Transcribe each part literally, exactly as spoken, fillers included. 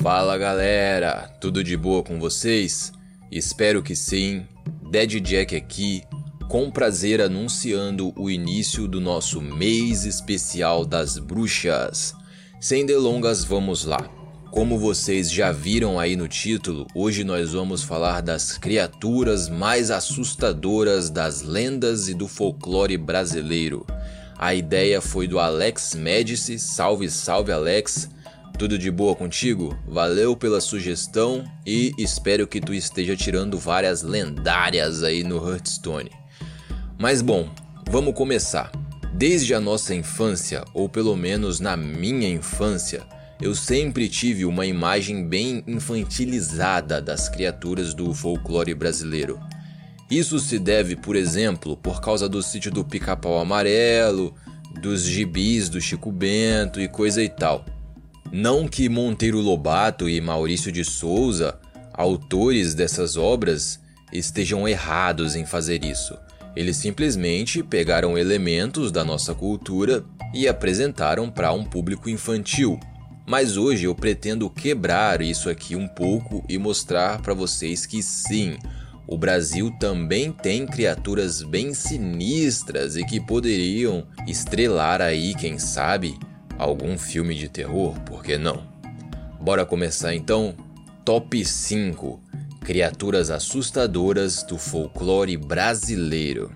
Fala galera, tudo de boa com vocês? Espero que sim. Dead Jack aqui, com prazer anunciando o início do nosso mês especial das bruxas. Sem delongas, vamos lá. Como vocês já viram aí no título, hoje nós vamos falar das criaturas mais assustadoras das lendas e do folclore brasileiro. A ideia foi do Alex Médici, salve salve Alex. Tudo de boa contigo? Valeu pela sugestão e espero que tu esteja tirando várias lendárias aí no Hearthstone. Mas bom, vamos começar. Desde a nossa infância, ou pelo menos na minha infância, eu sempre tive uma imagem bem infantilizada das criaturas do folclore brasileiro. Isso se deve, por exemplo, por causa do Sítio do Pica-Pau Amarelo, dos gibis do Chico Bento e coisa e tal. Não que Monteiro Lobato e Maurício de Souza, autores dessas obras, estejam errados em fazer isso. Eles simplesmente pegaram elementos da nossa cultura e apresentaram para um público infantil. Mas hoje eu pretendo quebrar isso aqui um pouco e mostrar para vocês que sim, o Brasil também tem criaturas bem sinistras e que poderiam estrelar aí, quem sabe, algum filme de terror, por que não? Bora começar então? Top cinco Criaturas assustadoras do folclore brasileiro.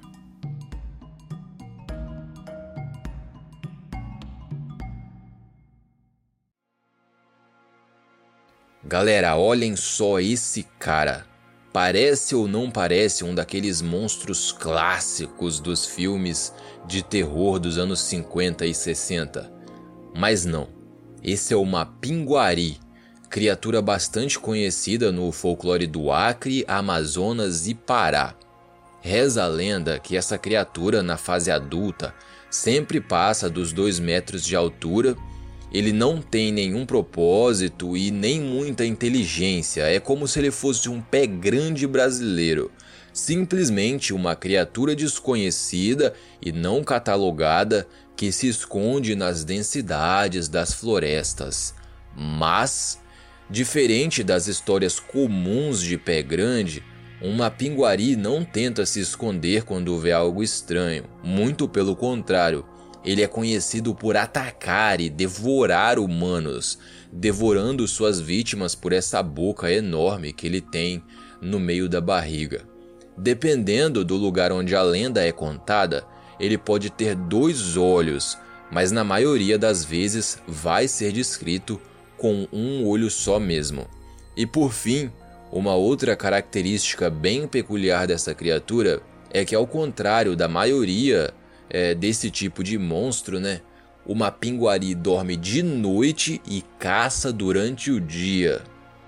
Galera, olhem só esse cara. Parece ou não parece um daqueles monstros clássicos dos filmes de terror dos anos cinquenta e sessenta? Mas não, esse é uma pinguari, criatura bastante conhecida no folclore do Acre, Amazonas e Pará. Reza a lenda que essa criatura na fase adulta sempre passa dos dois metros de altura. Ele não tem nenhum propósito e nem muita inteligência, é como se ele fosse um pé grande brasileiro. Simplesmente uma criatura desconhecida e não catalogada que se esconde nas densidades das florestas. Mas, diferente das histórias comuns de pé grande, uma pinguari não tenta se esconder quando vê algo estranho. Muito pelo contrário, ele é conhecido por atacar e devorar humanos, devorando suas vítimas por essa boca enorme que ele tem no meio da barriga. Dependendo do lugar onde a lenda é contada, ele pode ter dois olhos, mas na maioria das vezes vai ser descrito com um olho só mesmo. E por fim, uma outra característica bem peculiar dessa criatura é que, ao contrário da maioria é, desse tipo de monstro, né, uma pinguari dorme de noite e caça durante o dia.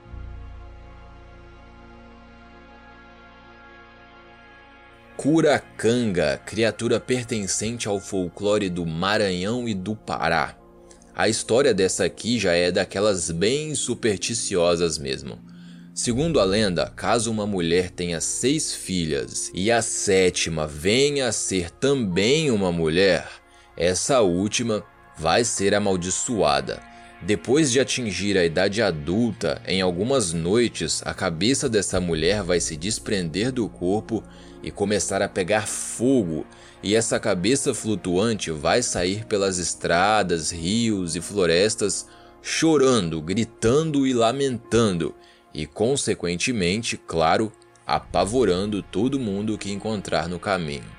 Curacanga, criatura pertencente ao folclore do Maranhão e do Pará. A história dessa aqui já é daquelas bem supersticiosas mesmo. Segundo a lenda, caso uma mulher tenha seis filhas e a sétima venha a ser também uma mulher, essa última vai ser amaldiçoada. Depois de atingir a idade adulta, em algumas noites, a cabeça dessa mulher vai se desprender do corpo e começar a pegar fogo, e essa cabeça flutuante vai sair pelas estradas, rios e florestas chorando, gritando e lamentando, e consequentemente, claro, apavorando todo mundo que encontrar no caminho.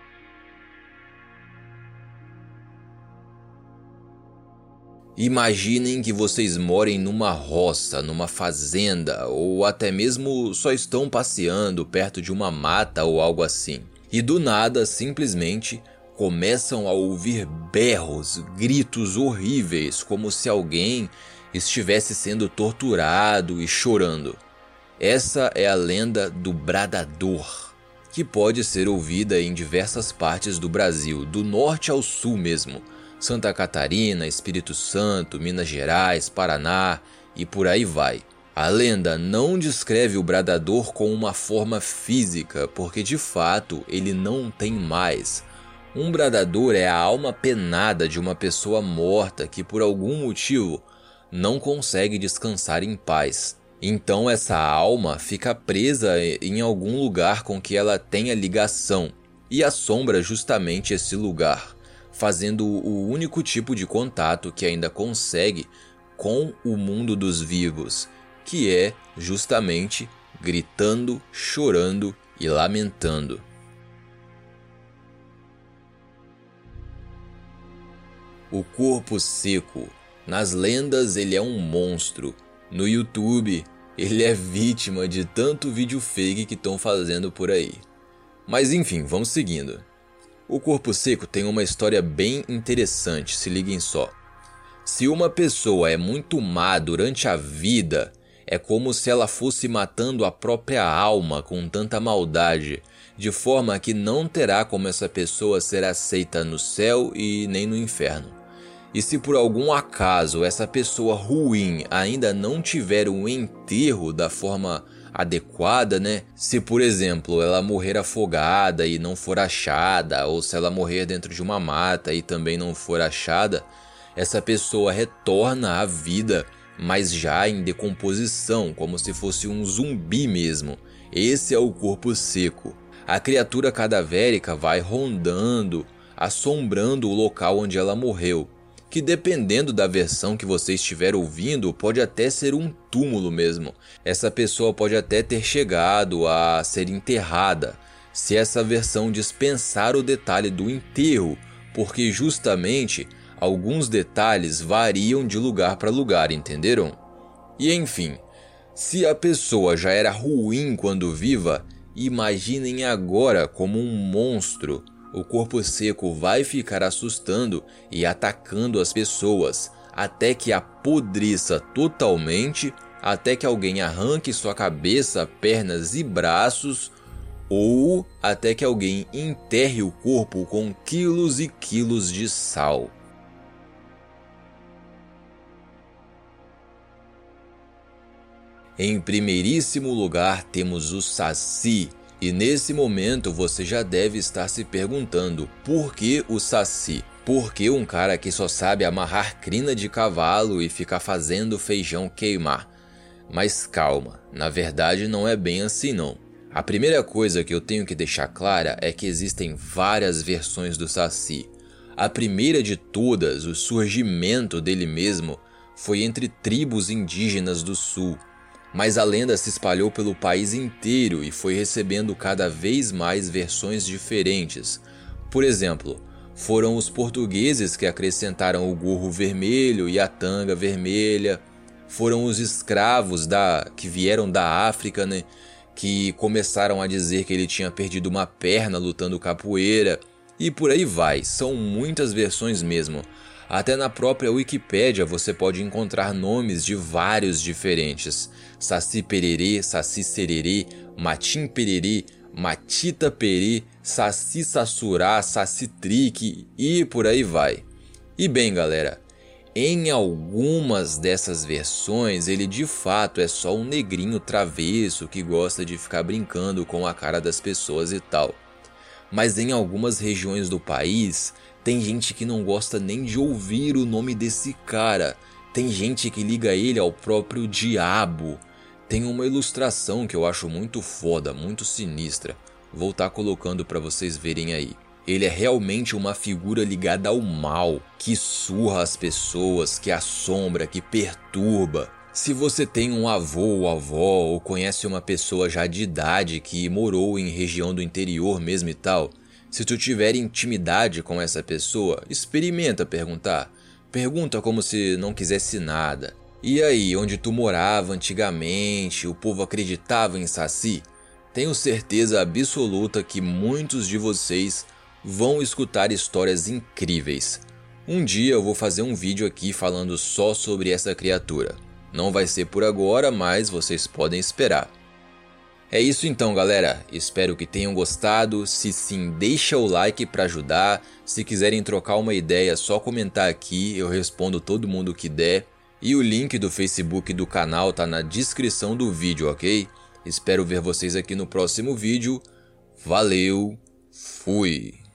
Imaginem que vocês morem numa roça, numa fazenda, ou até mesmo só estão passeando perto de uma mata ou algo assim. E do nada, simplesmente, começam a ouvir berros, gritos horríveis, como se alguém estivesse sendo torturado e chorando. Essa é a lenda do bradador, que pode ser ouvida em diversas partes do Brasil, do norte ao sul mesmo. Santa Catarina, Espírito Santo, Minas Gerais, Paraná e por aí vai. A lenda não descreve o bradador com uma forma física, porque de fato ele não tem mais. Um bradador é a alma penada de uma pessoa morta que por algum motivo não consegue descansar em paz. Então essa alma fica presa em algum lugar com que ela tenha ligação e assombra justamente esse lugar, fazendo o único tipo de contato que ainda consegue com o mundo dos vivos, que é justamente gritando, chorando e lamentando. O corpo seco. Nas lendas ele é um monstro. No YouTube ele é vítima de tanto vídeo fake que estão fazendo por aí. Mas enfim, vamos seguindo. O corpo seco tem uma história bem interessante, se liguem só. Se uma pessoa é muito má durante a vida, é como se ela fosse matando a própria alma com tanta maldade, de forma que não terá como essa pessoa ser aceita no céu e nem no inferno. E se por algum acaso essa pessoa ruim ainda não tiver um enterro da forma adequada, né? Se por exemplo ela morrer afogada e não for achada, ou se ela morrer dentro de uma mata e também não for achada, essa pessoa retorna à vida, mas já em decomposição, como se fosse um zumbi mesmo. Esse é o corpo seco. A criatura cadavérica vai rondando, assombrando o local onde ela morreu, que dependendo da versão que você estiver ouvindo, pode até ser um túmulo mesmo. Essa pessoa pode até ter chegado a ser enterrada, se essa versão dispensar o detalhe do enterro, porque justamente alguns detalhes variam de lugar para lugar, entenderam? E enfim, se a pessoa já era ruim quando viva, imaginem agora como um monstro. O corpo seco vai ficar assustando e atacando as pessoas, até que apodreça totalmente, até que alguém arranque sua cabeça, pernas e braços, ou até que alguém enterre o corpo com quilos e quilos de sal. Em primeiríssimo lugar temos o Saci. E nesse momento você já deve estar se perguntando por que o Saci? Por que um cara que só sabe amarrar crina de cavalo e ficar fazendo feijão queimar? Mas calma, na verdade não é bem assim não. A primeira coisa que eu tenho que deixar clara é que existem várias versões do Saci. A primeira de todas, o surgimento dele mesmo, foi entre tribos indígenas do sul. Mas a lenda se espalhou pelo país inteiro e foi recebendo cada vez mais versões diferentes. Por exemplo, foram os portugueses que acrescentaram o gorro vermelho e a tanga vermelha. Foram os escravos da, que vieram da África, né, que começaram a dizer que ele tinha perdido uma perna lutando capoeira. E por aí vai, são muitas versões mesmo. Até na própria Wikipédia você pode encontrar nomes de vários diferentes. Saci Pererê, Saci Sererê, Matim Pererê, Matita Perê, Saci Sassurá, Saci Trique e por aí vai. E bem galera, em algumas dessas versões ele de fato é só um negrinho travesso que gosta de ficar brincando com a cara das pessoas e tal. Mas em algumas regiões do país tem gente que não gosta nem de ouvir o nome desse cara. Tem gente que liga ele ao próprio diabo. Tem uma ilustração que eu acho muito foda, muito sinistra. Vou estar colocando para vocês verem aí. Ele é realmente uma figura ligada ao mal, que surra as pessoas, que assombra, que perturba. Se você tem um avô ou avó, ou conhece uma pessoa já de idade que morou em região do interior mesmo e tal, se tu tiver intimidade com essa pessoa, experimenta perguntar. Pergunta como se não quisesse nada. E aí, onde tu morava antigamente, o povo acreditava em Saci? Tenho certeza absoluta que muitos de vocês vão escutar histórias incríveis. Um dia eu vou fazer um vídeo aqui falando só sobre essa criatura. Não vai ser por agora, mas vocês podem esperar. É isso então galera, espero que tenham gostado. Se sim, deixa o like para ajudar. Se quiserem trocar uma ideia, é só comentar aqui, eu respondo todo mundo que der. E o link do Facebook do canal tá na descrição do vídeo, ok? Espero ver vocês aqui no próximo vídeo. Valeu, fui!